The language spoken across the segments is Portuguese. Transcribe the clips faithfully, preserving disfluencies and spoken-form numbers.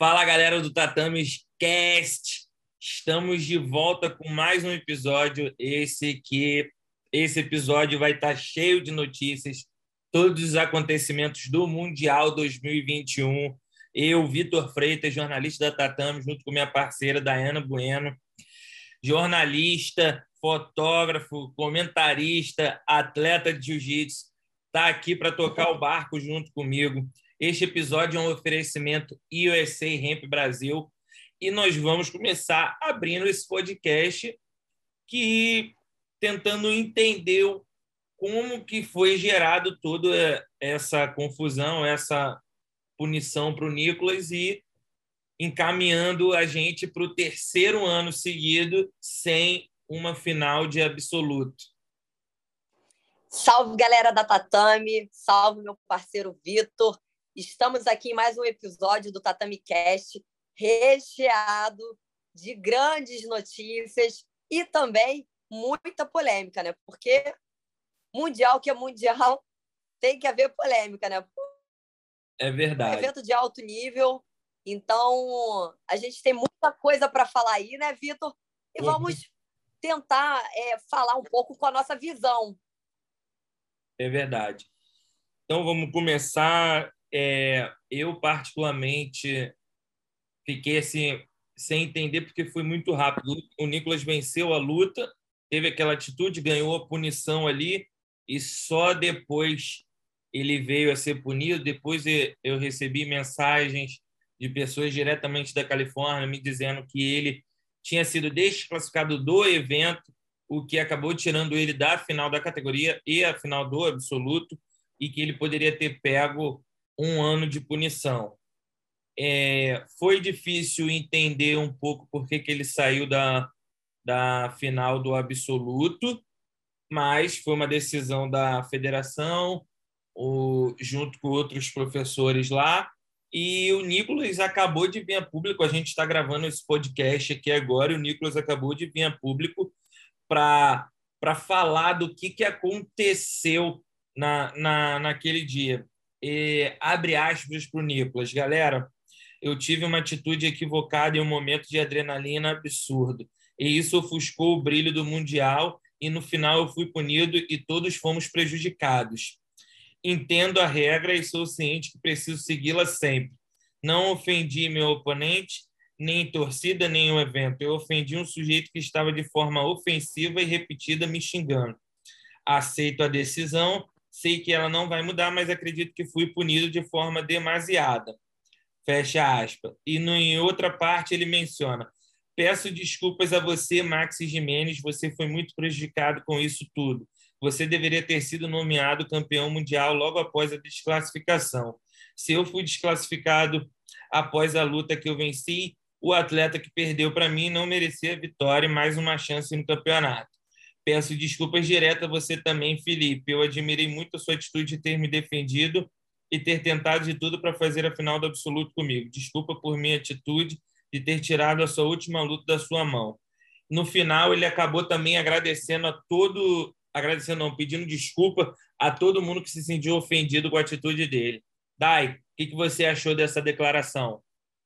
Fala, galera do Tatames Cast. Estamos de volta com mais um episódio. Esse que esse episódio vai estar cheio de notícias, todos os acontecimentos do Mundial dois mil e vinte e um. Eu, Vitor Freitas, jornalista da Tatames, junto com minha parceira Dayana Bueno, jornalista, fotógrafo, comentarista, atleta de jiu-jitsu, está aqui para tocar o barco junto comigo. Este episódio é um oferecimento U S A Hemp Brasil e nós vamos começar abrindo esse podcast que tentando entender como que foi gerado toda essa confusão, essa punição para o Nicolas e encaminhando a gente para o terceiro ano seguido sem uma final de absoluto. Salve, galera da Tatame, salve meu parceiro Vitor. Estamos aqui em mais um episódio do Tatame Cast, recheado de grandes notícias e também muita polêmica, né? Porque mundial que é mundial tem que haver polêmica, né? É verdade. É um evento de alto nível, então a gente tem muita coisa para falar aí, né, Vitor? E vamos tentar é, falar um pouco com a nossa visão. É verdade. Então vamos começar. É, eu, particularmente, fiquei assim, sem entender, porque foi muito rápido. O Nicolas venceu a luta, teve aquela atitude, ganhou a punição ali, e só depois ele veio a ser punido. Depois eu recebi mensagens de pessoas diretamente da Califórnia me dizendo que ele tinha sido desclassificado do evento, o que acabou tirando ele da final da categoria e a final do absoluto, e que ele poderia ter pego um ano de punição. É, foi difícil entender um pouco por que, que ele saiu da, da final do absoluto, mas foi uma decisão da federação, o, junto com outros professores lá, e o Nicolas acabou de vir a público. A gente está gravando esse podcast aqui agora, e o Nicolas acabou de vir a público para falar do que, que aconteceu na, na, naquele dia. E, abre aspas para o Nicolas. Galera, eu tive uma atitude equivocada em um momento de adrenalina absurdo, e isso ofuscou o brilho do Mundial, e no final eu fui punido e todos fomos prejudicados. Entendo a regra e sou ciente que preciso segui-la sempre. Não ofendi meu oponente, nem torcida, nem o evento. Eu ofendi um sujeito que estava de forma ofensiva e repetida me xingando. Aceito a decisão, sei que ela não vai mudar, mas acredito que fui punido de forma demasiada. Fecha aspas. E no, em outra parte ele menciona: peço desculpas a você, Maxi Gimenez, você foi muito prejudicado com isso tudo. Você deveria ter sido nomeado campeão mundial logo após a desclassificação. Se eu fui desclassificado após a luta que eu venci, o atleta que perdeu para mim não merecia a vitória e mais uma chance no campeonato. Peço desculpas diretas a você também, Felipe. Eu admirei muito a sua atitude de ter me defendido e ter tentado de tudo para fazer a final do absoluto comigo. Desculpa por minha atitude de ter tirado a sua última luta da sua mão. No final, ele acabou também agradecendo a todo... Agradecendo, não, pedindo desculpa a todo mundo que se sentiu ofendido com a atitude dele. Dai, o que, que você achou dessa declaração?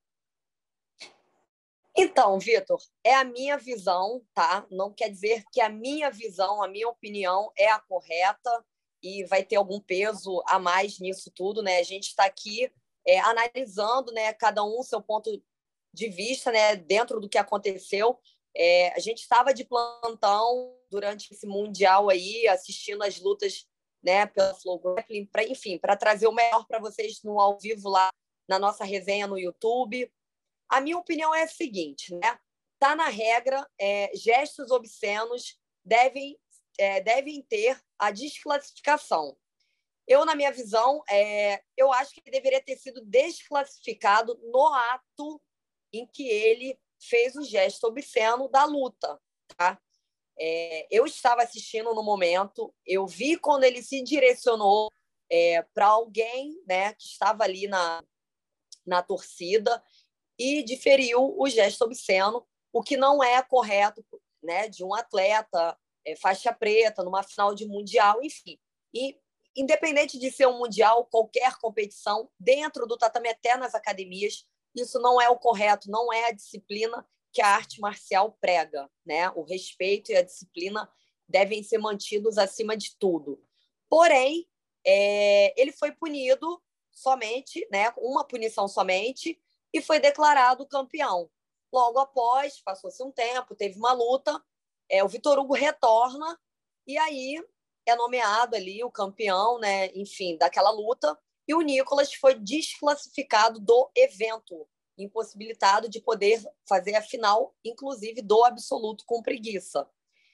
Então, Vitor, é a minha visão, tá? Não quer dizer que a minha visão, a minha opinião é a correta e vai ter algum peso a mais nisso tudo, né? A gente está aqui é, analisando, né, cada um seu ponto de vista, né, dentro do que aconteceu. É, a gente estava de plantão durante esse Mundial aí, assistindo as lutas, né, pela Flow Grappling, pra, enfim, para trazer o melhor para vocês no ao vivo lá na nossa resenha no YouTube. A minha opinião é a seguinte, né? Tá na regra, é, gestos obscenos devem, é, devem ter a desclassificação. Eu, na minha visão, é, eu acho que ele deveria ter sido desclassificado no ato em que ele fez o gesto obsceno da luta, tá? É, eu estava assistindo no momento, eu vi quando ele se direcionou é, para alguém, né, que estava ali na, na torcida e diferiu o gesto obsceno, o que não é correto, né, de um atleta é, faixa preta numa final de mundial, enfim. E independente de ser um mundial, qualquer competição, dentro do tatame, até nas academias, isso não é o correto, não é a disciplina que a arte marcial prega, né? O respeito e a disciplina devem ser mantidos acima de tudo. Porém, é, ele foi punido somente, né? Uma punição somente, e foi declarado campeão. Logo após, passou-se um tempo, teve uma luta, é, o Vitor Hugo retorna, e aí é nomeado ali o campeão, né? Enfim, daquela luta, e o Nicolas foi desclassificado do evento, impossibilitado de poder fazer a final, inclusive do absoluto com preguiça.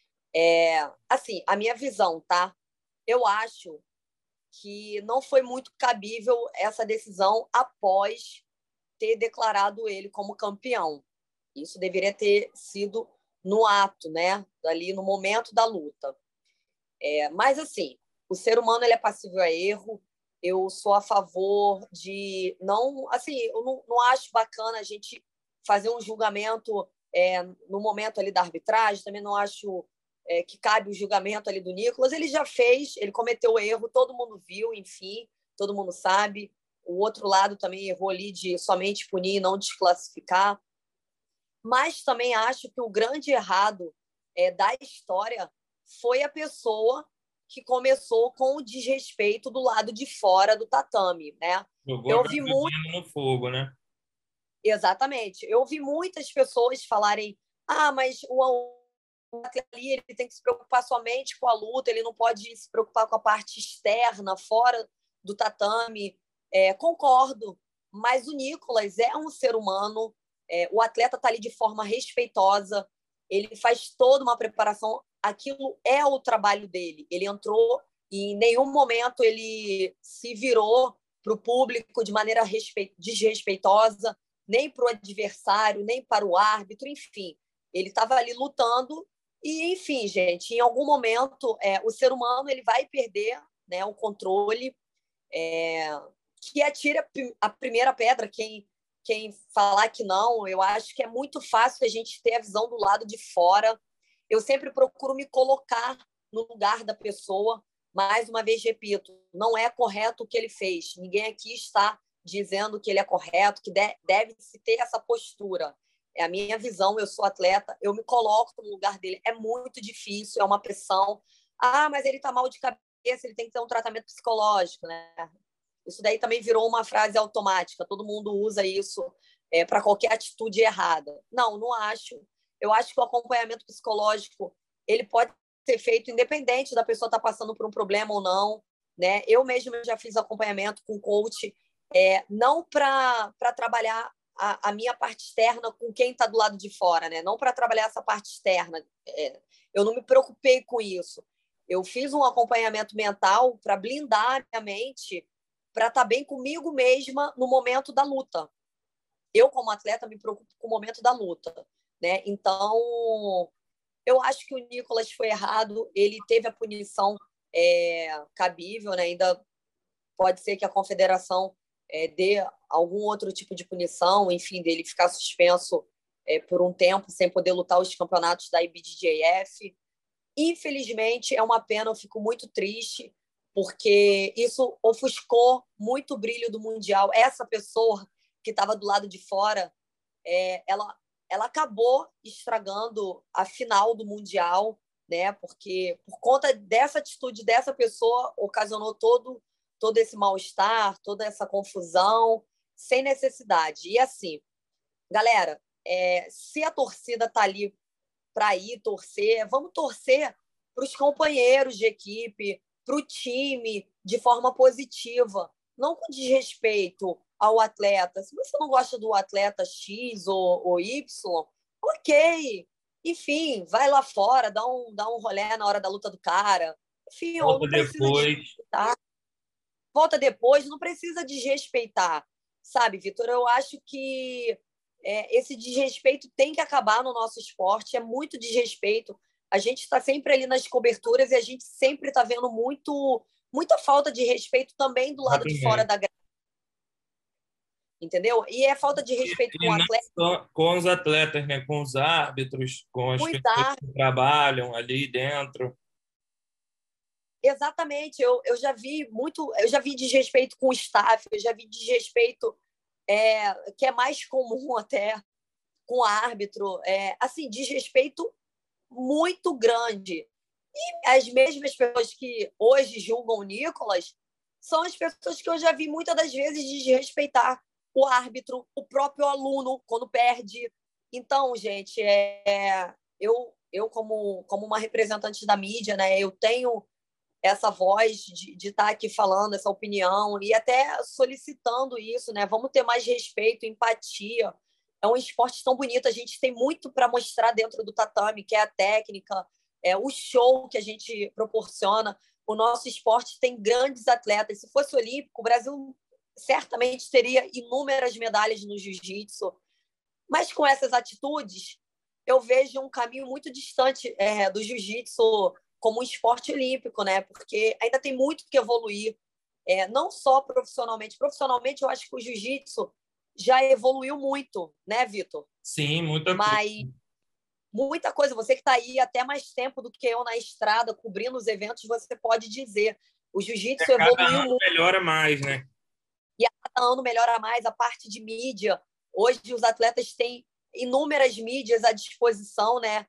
É, assim, a minha visão, tá? Eu acho que não foi muito cabível essa decisão após ter declarado ele como campeão. Isso deveria ter sido no ato, né? Ali no momento da luta. É, mas, assim, o ser humano ele é passível a erro. Eu sou a favor de não... Assim, eu não, não acho bacana a gente fazer um julgamento é, no momento ali da arbitragem. Também não acho é, que cabe o julgamento ali do Nicolas. Ele já fez, ele cometeu erro, todo mundo viu, enfim, todo mundo sabe. O outro lado também errou ali de somente punir e não desclassificar. Mas também acho que o grande errado é, da história foi a pessoa que começou com o desrespeito do lado de fora do tatame, né? Jogou a Eu vi muito, gasolina no fogo, né? exatamente. Eu vi muitas pessoas falarem: "Ah, mas o atleta ali ele tem que se preocupar somente com a luta, ele não pode se preocupar com a parte externa, fora do tatame". É, concordo, mas o Nicolas é um ser humano, é, o atleta está ali de forma respeitosa, ele faz toda uma preparação, aquilo é o trabalho dele. Ele entrou e em nenhum momento ele se virou para o público de maneira desrespeitosa, nem para o adversário, nem para o árbitro, enfim. Ele estava ali lutando e, enfim, gente, em algum momento é, o ser humano ele vai perder, né, o controle, é, que atira a primeira pedra quem, quem falar que não. Eu acho que é muito fácil a gente ter a visão do lado de fora. Eu sempre procuro me colocar no lugar da pessoa. Mais uma vez, repito, não é correto o que ele fez. Ninguém aqui está dizendo que ele é correto, que deve-se ter essa postura. É a minha visão, eu sou atleta, eu me coloco no lugar dele. É muito difícil, é uma pressão. Ah, mas ele está mal de cabeça, ele tem que ter um tratamento psicológico, né? Isso daí também virou uma frase automática, todo mundo usa isso é, para qualquer atitude errada. Não, não acho. Eu acho que o acompanhamento psicológico ele pode ser feito independente da pessoa estar tá passando por um problema ou não. Né? Eu mesma já fiz acompanhamento com coach, é, não para trabalhar a, a minha parte externa com quem está do lado de fora, né? Não para trabalhar essa parte externa. É, eu não me preocupei com isso. Eu fiz um acompanhamento mental para blindar a minha mente para estar tá bem comigo mesma no momento da luta. Eu, como atleta, me preocupo com o momento da luta. Né? Então, eu acho que o Nicolas foi errado, ele teve a punição é, cabível, né? Ainda pode ser que a confederação é, dê algum outro tipo de punição, enfim, dele ficar suspenso é, por um tempo, sem poder lutar os campeonatos da I B J J F. Infelizmente, é uma pena, eu fico muito triste, porque isso ofuscou muito o brilho do Mundial. Essa pessoa que estava do lado de fora, é, ela, ela acabou estragando a final do Mundial, né? Porque por conta dessa atitude dessa pessoa, ocasionou todo, todo esse mal-estar, toda essa confusão, sem necessidade. E assim, galera, é, se a torcida está ali para ir torcer, vamos torcer para os companheiros de equipe, para o time, de forma positiva, não com desrespeito ao atleta. Se você não gosta do atleta X ou, ou Y, ok. Enfim, vai lá fora, dá um, dá um rolê na hora da luta do cara. Enfim, ou Volta não precisa depois. desrespeitar. Volta depois, não precisa desrespeitar. Sabe, Vitor? Eu acho que é, esse desrespeito tem que acabar no nosso esporte, é muito desrespeito. A gente está sempre ali nas coberturas e a gente sempre está vendo muito, muita falta de respeito também do lado de fora Exatamente. da grade. Entendeu? E é falta de respeito E com o não atleta, só com os atletas, né? Com os árbitros, com as pessoas cuidar. que trabalham ali dentro. Exatamente, eu, eu já vi muito, eu já vi desrespeito com o staff, eu já vi desrespeito é, que é mais comum até com o árbitro, é, assim, desrespeito muito grande. E as mesmas pessoas que hoje julgam o Nicolas são as pessoas que eu já vi muitas das vezes desrespeitar o árbitro, o próprio aluno, quando perde. Então, gente, é, eu, eu como, como uma representante da mídia, né, eu tenho essa voz de, de estar aqui falando essa opinião e até solicitando isso, né? Vamos ter mais respeito, empatia. É um esporte tão bonito, a gente tem muito para mostrar dentro do tatame, que é a técnica, é o show que a gente proporciona. O nosso esporte tem grandes atletas. Se fosse olímpico, o Brasil certamente teria inúmeras medalhas no jiu-jitsu. Mas com essas atitudes, eu vejo um caminho muito distante é, do jiu-jitsu como um esporte olímpico, né? Porque ainda tem muito que evoluir, é, não só profissionalmente. Profissionalmente, eu acho que o jiu-jitsu já evoluiu muito, né, Vitor? Sim, muita coisa. Mas muita coisa. Você que está aí até mais tempo do que eu na estrada, cobrindo os eventos, você pode dizer. O jiu-jitsu evoluiu ano muito. Melhora mais, né? E a cada ano melhora mais a parte de mídia. Hoje os atletas têm inúmeras mídias à disposição, né?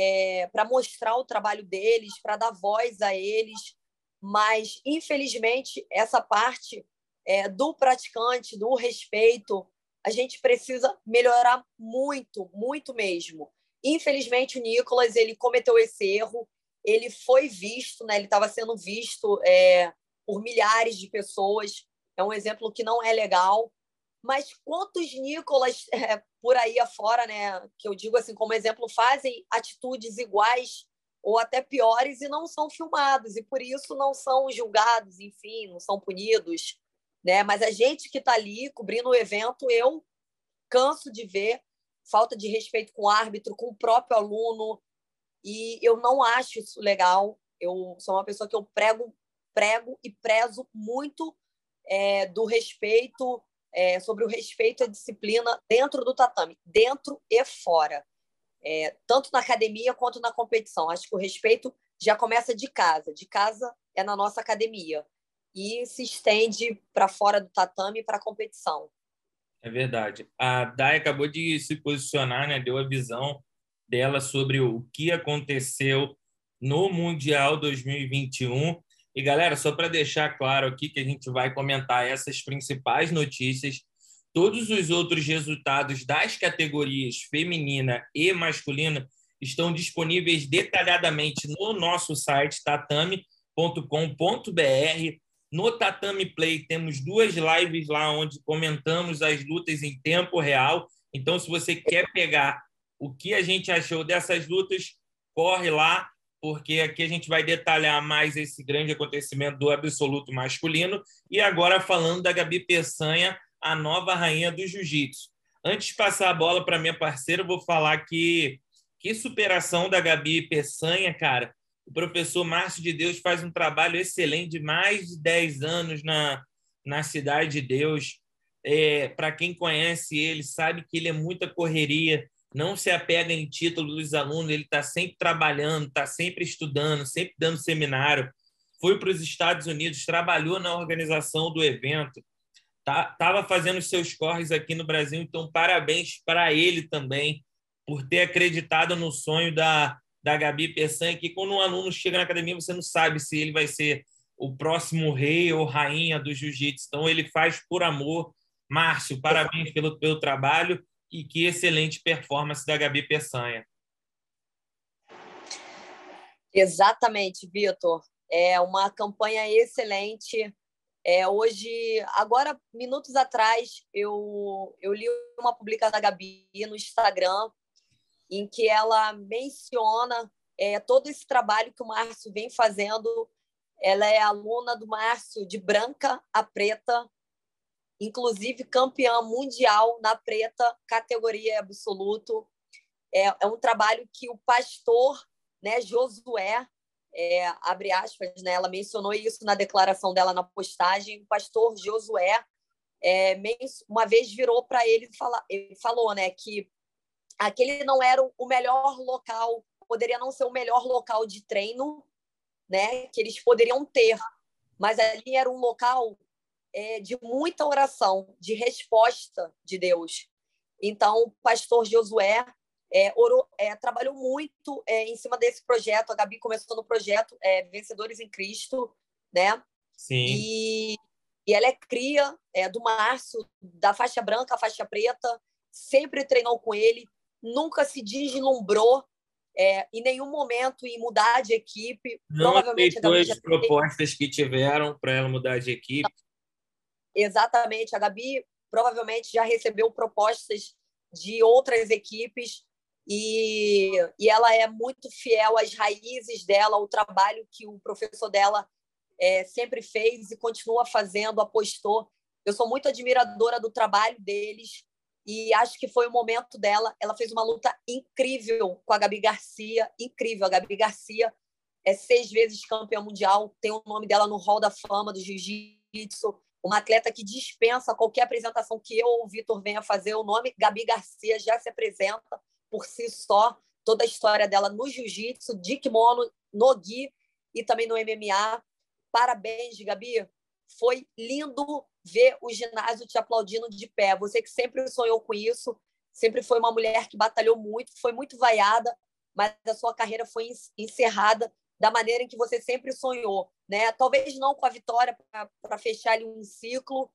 É, para mostrar o trabalho deles, para dar voz a eles. Mas, infelizmente, essa parte é, do praticante, do respeito, a gente precisa melhorar muito, muito mesmo. Infelizmente, o Nicolas ele cometeu esse erro, ele foi visto, né? Ele estava sendo visto é, por milhares de pessoas. É um exemplo que não é legal. Mas quantos Nicolas é, por aí afora, né, que eu digo assim como exemplo, fazem atitudes iguais ou até piores e não são filmados e por isso não são julgados, enfim, não são punidos, né? Mas a gente que está ali cobrindo o evento, eu canso de ver falta de respeito com o árbitro, com o próprio aluno e eu não acho isso legal. Eu sou uma pessoa que eu prego, prego e prezo muito é, do respeito, é, sobre o respeito à disciplina dentro do tatame, dentro e fora, é, tanto na academia quanto na competição. Acho que o respeito já começa de casa, de casa é na nossa academia e se estende para fora do tatame e para a competição. É verdade. A Dai acabou de se posicionar, né? Deu a visão dela sobre o que aconteceu no Mundial dois mil e vinte e um. E, galera, só para deixar claro aqui que a gente vai comentar essas principais notícias, todos os outros resultados das categorias feminina e masculina estão disponíveis detalhadamente no nosso site tatame ponto com ponto br. No Tatame Play temos duas lives lá onde comentamos as lutas em tempo real. Então, se você quer pegar o que a gente achou dessas lutas, corre lá, porque aqui a gente vai detalhar mais esse grande acontecimento do absoluto masculino. E agora falando da Gabi Peçanha, a nova rainha do jiu-jitsu. Antes de passar a bola para minha parceira, eu vou falar que que superação da Gabi Peçanha, cara. O professor Márcio de Deus faz um trabalho excelente de mais de dez anos na, na Cidade de Deus. É, para quem conhece ele, sabe que ele é muita correria, não se apega em título dos alunos, ele está sempre trabalhando, está sempre estudando, sempre dando seminário. Foi para os Estados Unidos, trabalhou na organização do evento, estava tá, fazendo seus corres aqui no Brasil, então parabéns para ele também por ter acreditado no sonho da da Gabi Peçanha, que quando um aluno chega na academia, você não sabe se ele vai ser o próximo rei ou rainha do jiu-jitsu. Então, ele faz por amor. Márcio, parabéns pelo, pelo trabalho e que excelente performance da Gabi Peçanha. Exatamente, Vitor. É uma campanha excelente. É, hoje, agora, minutos atrás, eu, eu li uma publicação da Gabi no Instagram em que ela menciona é, todo esse trabalho que o Márcio vem fazendo. Ela é aluna do Márcio de branca a preta, inclusive campeã mundial na preta, categoria absoluto. É, é um trabalho que o pastor, né, Josué, é, abre aspas, né, ela mencionou isso na declaração dela na postagem, o pastor Josué é, uma vez virou para ele e fala, ele falou, né, que aquele não era o melhor local, poderia não ser o melhor local de treino, né, que eles poderiam ter, mas ali era um local é, de muita oração, de resposta de Deus. Então, o pastor Josué é, orou, é, trabalhou muito é, em cima desse projeto. A Gabi começou no projeto é, Vencedores em Cristo, né? Sim. E, e ela é cria é, do Márcio, da faixa branca à faixa preta, sempre treinou com ele, nunca se deslumbrou é, em nenhum momento em mudar de equipe. Não Provavelmente a aceitou Gabi as já propostas que tiveram para ela mudar de equipe. Exatamente, a Gabi provavelmente já recebeu propostas de outras equipes e, e ela é muito fiel às raízes dela, ao trabalho que o professor dela é, sempre fez e continua fazendo, apostou. Eu sou muito admiradora do trabalho deles e acho que foi o momento dela. Ela fez uma luta incrível com a Gabi Garcia, incrível. A Gabi Garcia é seis vezes campeã mundial, tem o nome dela no Hall da Fama do Jiu-Jitsu, uma atleta que dispensa qualquer apresentação que eu ou o Vitor venha fazer. O nome Gabi Garcia já se apresenta por si só, toda a história dela no jiu-jitsu, de kimono, no gi e também no M M A. Parabéns, Gabi. Foi lindo ver o ginásio te aplaudindo de pé. Você que sempre sonhou com isso, sempre foi uma mulher que batalhou muito, foi muito vaiada, mas a sua carreira foi encerrada da maneira em que você sempre sonhou, né? Talvez não com a vitória para fechar ali um ciclo,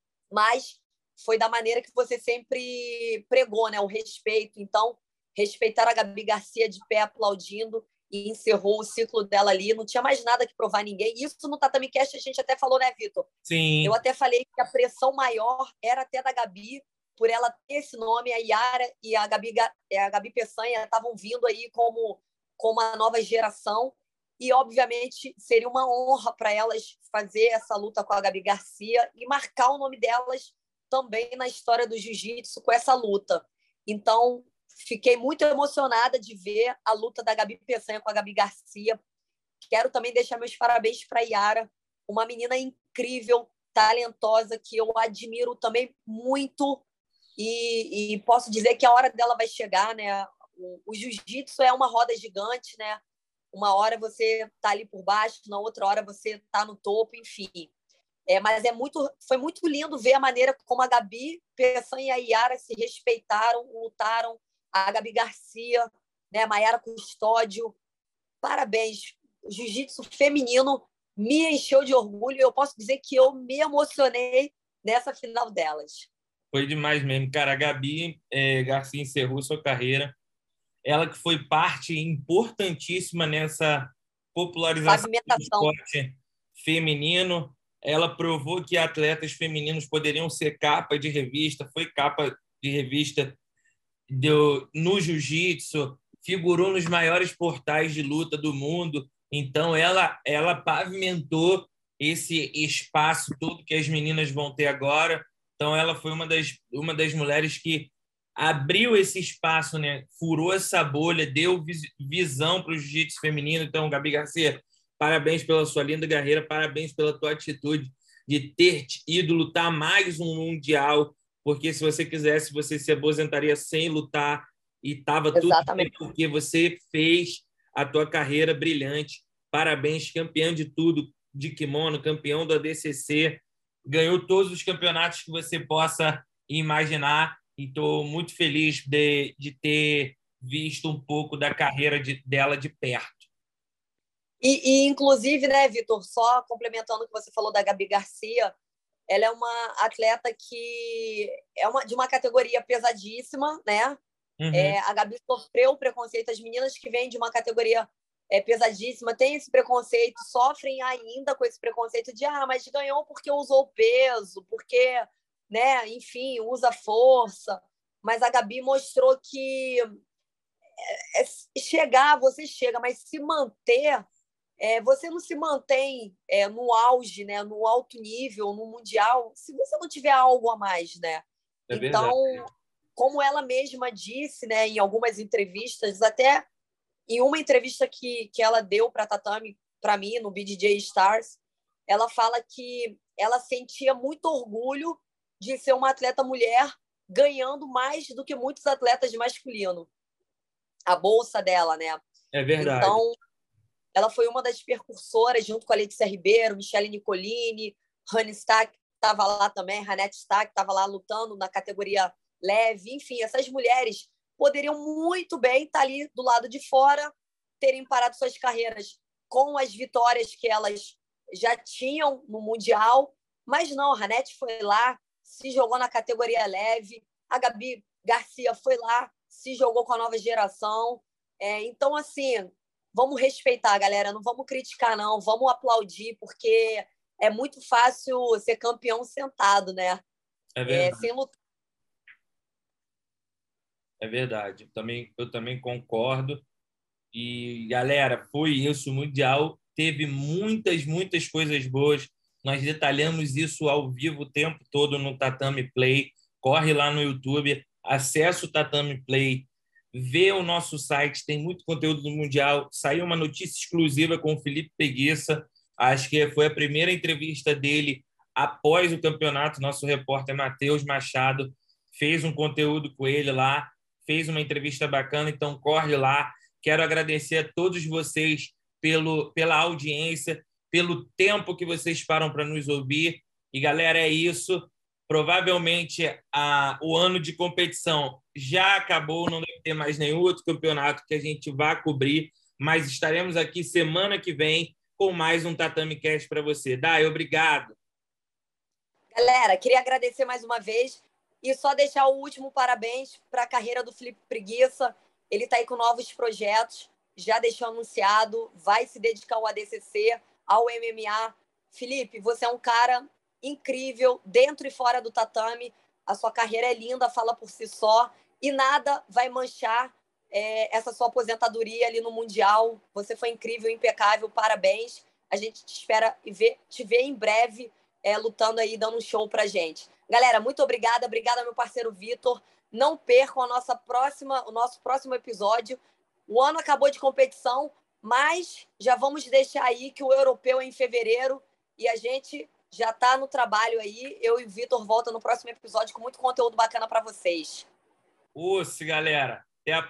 mas foi da maneira que você sempre pregou, né? O respeito. Então, respeitar a Gabi Garcia de pé aplaudindo e encerrou o ciclo dela ali. Não tinha mais nada que provar a ninguém. Isso no Tatame Cast a gente até falou, né, Vitor? Sim. Eu até falei que a pressão maior era até da Gabi, por ela ter esse nome. A Yara e a Gabi, a Gabi Peçanha estavam vindo aí como, como a nova geração. E, obviamente, seria uma honra para elas fazer essa luta com a Gabi Garcia e marcar o nome delas também na história do jiu-jitsu com essa luta. Então, fiquei muito emocionada de ver a luta da Gabi Peçanha com a Gabi Garcia. Quero também deixar meus parabéns para a Yara, uma menina incrível, talentosa, que eu admiro também muito. E, e posso dizer que a hora dela vai chegar, né? O, o jiu-jitsu é uma roda gigante, né? Uma hora você está ali por baixo, na outra hora você está no topo, enfim. É, mas é muito, foi muito lindo ver a maneira como a Gabi Peçanha e a Yara se respeitaram, lutaram. A Gabi Garcia, né, a Mayara Custódio. Parabéns. O jiu-jitsu feminino me encheu de orgulho. Eu posso dizer que eu me emocionei nessa final delas. Foi demais mesmo. Cara, a Gabi é, Garcia encerrou sua carreira. Ela que foi parte importantíssima nessa popularização do esporte feminino. Ela provou que atletas femininos poderiam ser capa de revista, foi capa de revista do, no jiu-jitsu, figurou nos maiores portais de luta do mundo. Então, ela, ela pavimentou esse espaço todo que as meninas vão ter agora. Então, ela foi uma das, uma das mulheres que abriu esse espaço, né? Furou essa bolha, deu visão para o jiu-jitsu feminino. Então, Gabi Garcia, parabéns pela sua linda carreira, parabéns pela tua atitude de ter ido lutar mais um mundial, porque se você quisesse, você se aposentaria sem lutar e estava tudo bem, porque você fez a tua carreira brilhante. Parabéns, campeã de tudo, de kimono, campeão do A D C C, ganhou todos os campeonatos que você possa imaginar. E estou muito feliz de, de ter visto um pouco da carreira de, dela de perto. E, e inclusive, né, Vitor, só complementando o que você falou da Gabi Garcia, ela é uma atleta que é uma, de uma categoria pesadíssima, né? Uhum. É, a Gabi sofreu preconceito. As meninas que vêm de uma categoria é, pesadíssima têm esse preconceito, sofrem ainda com esse preconceito de ah, mas ganhou porque usou peso, porque, né, enfim, usa força. Mas a Gabi mostrou que é, é chegar, você chega, mas se manter, é, você não se mantém é, no auge, né, no alto nível, no mundial, se você não tiver algo a mais, né? É então, verdade. Como ela mesma disse, né, em algumas entrevistas, até em uma entrevista que, que ela deu para a Tatame, para mim, no B D J Stars, ela fala que ela sentia muito orgulho de ser uma atleta mulher ganhando mais do que muitos atletas de masculino. A bolsa dela, né? É verdade. Então, ela foi uma das percursoras, junto com a Letícia Ribeiro, Michele Nicolini, Rani Stack, estava lá também, Ranete Stack estava lá lutando na categoria leve. Enfim, essas mulheres poderiam muito bem estar ali do lado de fora, terem parado suas carreiras com as vitórias que elas já tinham no Mundial, mas não, a Ranete foi lá, se jogou na categoria leve, a Gabi Garcia foi lá, se jogou com a nova geração. É, então, assim, vamos respeitar, galera, não vamos criticar, não, vamos aplaudir, porque é muito fácil ser campeão sentado, né? É É, verdade. sem lutar. É verdade. Eu também, eu também concordo. E, galera, foi isso. O Mundial teve muitas, muitas coisas boas. Nós detalhamos isso ao vivo o tempo todo no Tatame Play. Corre lá no YouTube, acessa o Tatame Play, vê o nosso site, tem muito conteúdo do Mundial. Saiu uma notícia exclusiva com o Felipe Peguissa. Acho que foi a primeira entrevista dele após o campeonato. Nosso repórter Matheus Machado fez um conteúdo com ele lá, fez uma entrevista bacana, então corre lá. Quero agradecer a todos vocês pelo, pela audiência, pelo tempo que vocês param para nos ouvir. E, galera, é isso. Provavelmente a, o ano de competição já acabou, não deve ter mais nenhum outro campeonato que a gente vá cobrir, mas estaremos aqui semana que vem com mais um Tatame Cast para você. Dai, obrigado. Galera, queria agradecer mais uma vez e só deixar o último parabéns para a carreira do Felipe Preguiça. Ele está aí com novos projetos, já deixou anunciado, vai se dedicar ao A D C C, ao M M A. Felipe, você é um cara incrível, dentro e fora do tatame. A sua carreira é linda, fala por si só, e nada vai manchar é, essa sua aposentadoria ali no Mundial. Você foi incrível, impecável, parabéns. A gente te espera e vê, te ver em breve é, lutando aí, dando um show pra gente. Galera, muito obrigada, obrigada meu parceiro Vitor. Não percam a nossa próxima, o nosso próximo episódio. O ano acabou de competição, mas já vamos deixar aí que o europeu é em fevereiro e a gente já está no trabalho aí. Eu e o Vitor voltam no próximo episódio com muito conteúdo bacana para vocês. Osso, galera. Até a